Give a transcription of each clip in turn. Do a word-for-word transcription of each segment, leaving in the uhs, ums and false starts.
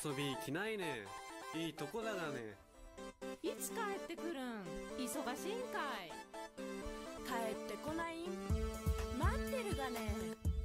遊び来ないね。いいとこだがね。 いつ帰ってくるん？忙しいんかい？ 帰ってこないん？待ってるがね。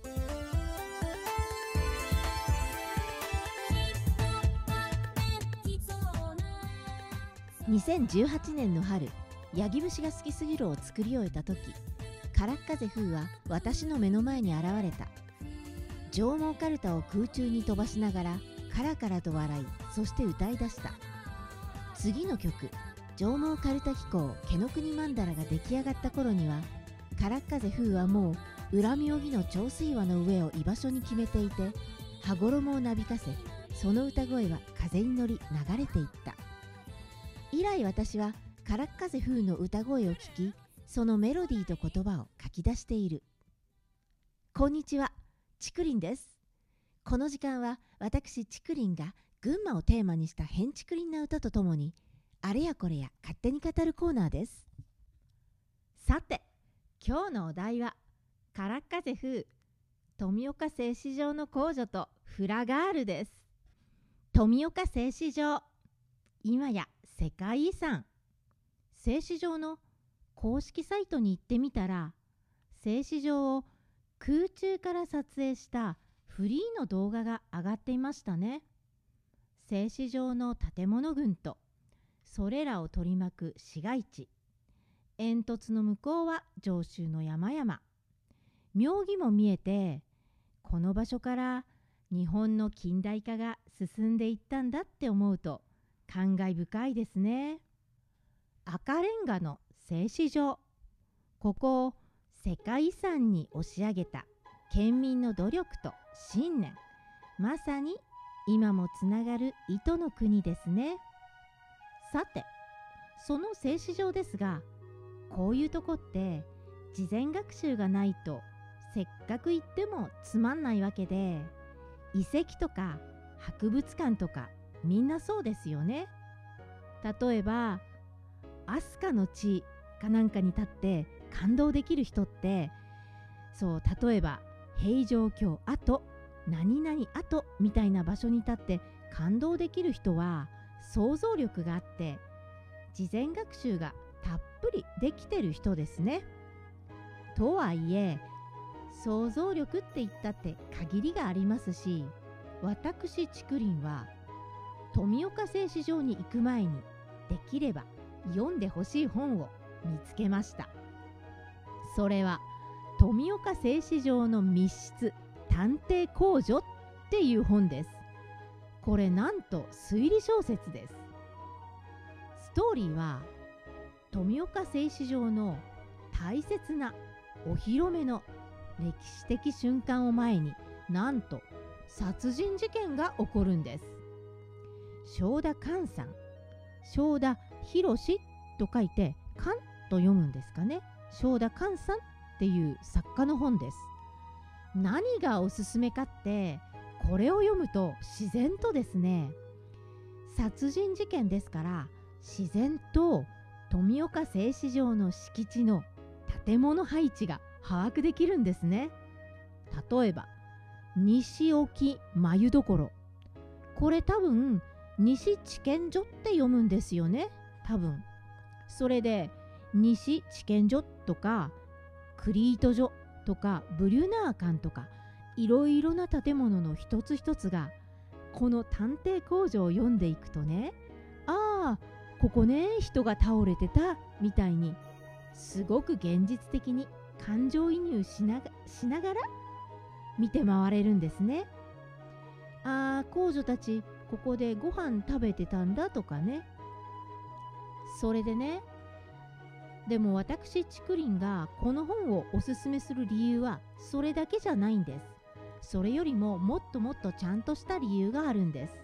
にせんじゅうはちねんの春、ヤギ節が好きすぎるを作り終えた時、カラッカゼ風は私の目の前に現れた。上毛かるたを空中に飛ばしながらカラカラと笑い、そして歌い出した。次の曲、上毛かるた紀行毛の国曼荼羅が出来上がった頃には、カラッカゼ風はもう裏妙義の長水輪の上を居場所に決めていて、羽衣をなびかせ、その歌声は風に乗り流れていった。以来私はカラッカゼ風の歌声を聞き、そのメロディーと言葉を書き出している。こんにちは、ちくりんです。この時間は私ちくりんが群馬をテーマにしたへんちくりんな歌とともに、あれやこれや勝手に語るコーナーです。さて、今日のお題はカラッカゼ風富岡製糸場の工女とフラガールです。富岡製糸場、今や世界遺産。製糸場の公式サイトに行ってみたら、製糸場を空中から撮影したフリーの動画が上がっていましたね。製糸場の建物群とそれらを取り巻く市街地、煙突の向こうは上州の山々、妙義も見えて、この場所から日本の近代化が進んでいったんだって思うと感慨深いですね。赤レンガの製糸場、ここを世界遺産に押し上げた県民の努力と信念、まさに今もつながる糸の国ですね。さて、その製糸場ですが、こういうとこって事前学習がないとせっかく行ってもつまんないわけで、遺跡とか博物館とかみんなそうですよね。例えば飛鳥の地かなんかに立って感動できる人って、そう例えば平城京跡何々跡みたいな場所に立って感動できる人は想像力があって事前学習がたっぷりできてる人ですね。とはいえ想像力って言ったって限りがありますし、私ちくりんは富岡製糸場に行く前にできれば読んでほしい本を見つけました。それは富岡製糸場の密室探偵工女っていう本です。これなんと推理小説です。ストーリーは富岡製糸場の大切なお披露目の歴史的瞬間を前に、なんと殺人事件が起こるんです。正田寛さん、正田博と書いて寛と読むんですかね。正田寛さんっていう作家の本です。何がおすすめかって、これを読むと自然とですね、殺人事件ですから自然と富岡製糸場の敷地の建物配置が把握できるんですね。例えば西沖繭所、これ多分西地検所って読むんですよね、多分。それで西地検所とかクリート所とかブリュナー館とかいろいろな建物の一つ一つが、この探偵工場を読んでいくとね、ああここね人が倒れてたみたいに、すごく現実的に感情移入しながしながら見て回れるんですね。ああ工女たちここでご飯食べてたんだとかね。それでね、でも私ちくりんがこの本をおすすめする理由はそれだけじゃないんです。それよりももっともっとちゃんとした理由があるんです。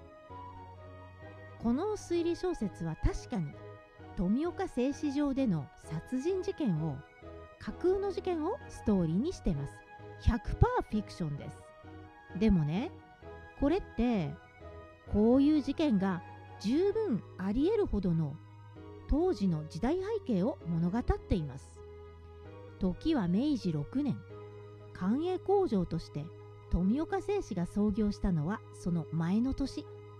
この推理小説は確かに富岡製糸場での殺人事件を、架空の事件をストーリーにしてます。 ひゃくパーセント フィクションです。でもね、これってこういう事件が十分あり得るほどの当時の時代背景を物語っています。時はめいじろくねん、官営工場として富岡製糸が創業したのはその前の年、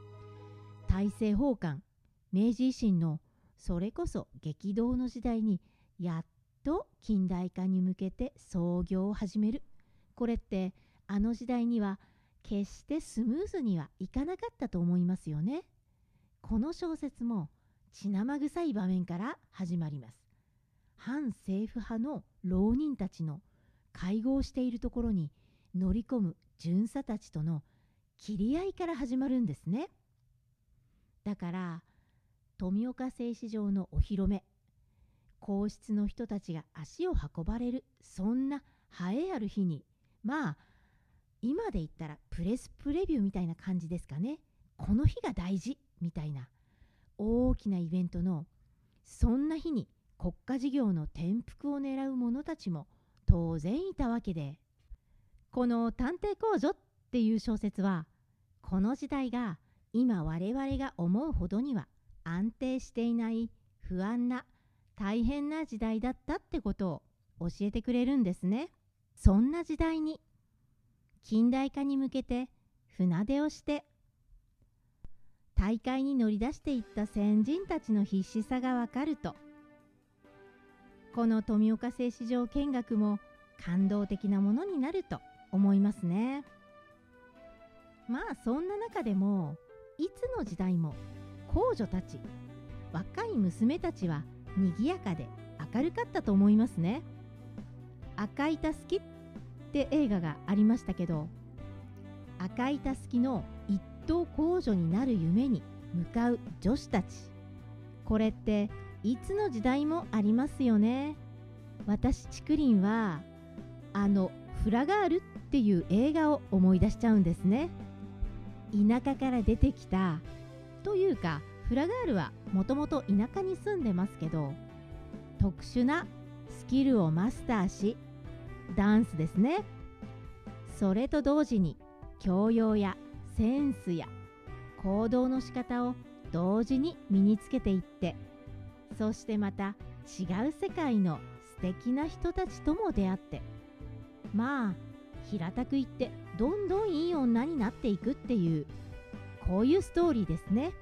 大政奉還、明治維新のそれこそ激動の時代にやっと近代化に向けて創業を始める。これってあの時代には決してスムーズにはいかなかったと思いますよね。この小説も血生臭い場面から始まります。反政府派の浪人たちの会合しているところに乗り込む巡査たちとの切り合いから始まるんですね。だから富岡製糸場のお披露目、皇室の人たちが足を運ばれる、そんな栄えある日に、まあ今で言ったらプレスプレビューみたいな感じですかね。この日が大事みたいな大きなイベントのそんな日に国家事業の転覆を狙う者たちも当然いたわけで、この探偵工女っていう小説はこの時代が今我々が思うほどには安定していない不安な大変な時代だったってことを教えてくれるんですね。そんな時代に近代化に向けて船出をして大会に乗り出していった先人たちの必死さがわかると、この富岡製糸場見学も感動的なものになると思いますね。まあそんな中でもいつの時代も皇女たち、若い娘たちは賑やかで明るかったと思いますね。赤いたすきって映画がありましたけど、赤いたすきの一等皇女になる夢に向かう女子たち、これっていつの時代もありますよね。私ちくりんはあのフラガールっていう映画を思い出しちゃうんですね。田舎から出てきたというか、フラガールはもともと田舎に住んでますけど、特殊なスキルをマスターし、ダンスですね、それと同時に教養やセンスや行動の仕方を同時に身につけていって、そしてまた違う世界の素敵な人たちとも出会って、まあ平たく言ってどんどんいい女になっていくっていう、こういうストーリーですね。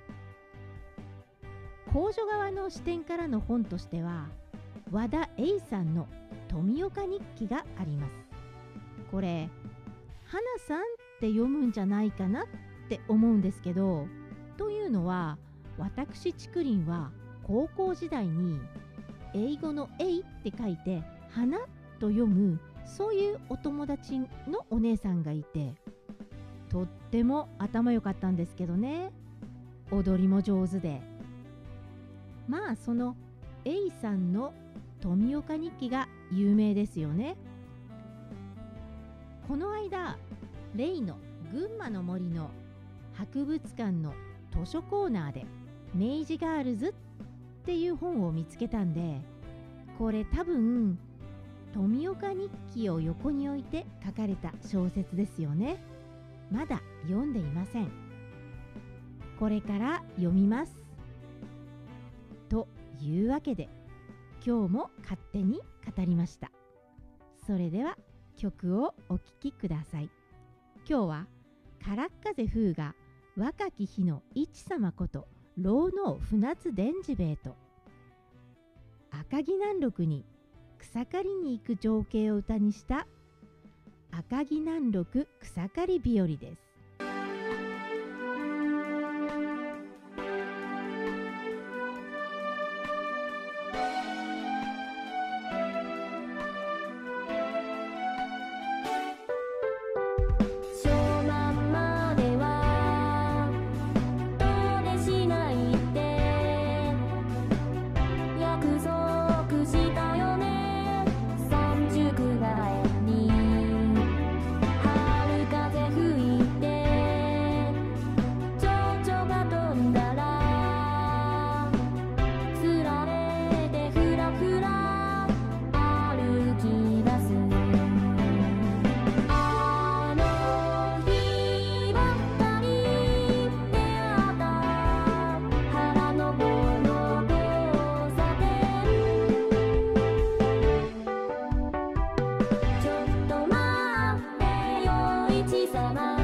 皇女側の視点からの本としては、和田栄さんの富岡日記があります。これ花さんって読むんじゃないかなって思うんですけど、というのは私ちくりんは高校時代に英語の「えい」って書いて「花」と読む、そういうお友達のお姉さんがいて、とっても頭良かったんですけどね、踊りも上手で、まあその A さんの富岡日記が有名ですよね。この間例の群馬の森の博物館の図書コーナーで明治ガールズっていう本を見つけたんで、これ多分富岡日記を横に置いて書かれた小説ですよね。まだ読んでいません。これから読みます。というわけで今日も勝手に語りました。それでは曲をお聴きください。今日はからっ風風が若き日の市様こと老能船津伝次兵衛と赤城南麓に草刈りに行く情景を歌にした赤城南麓草刈り日和です。 様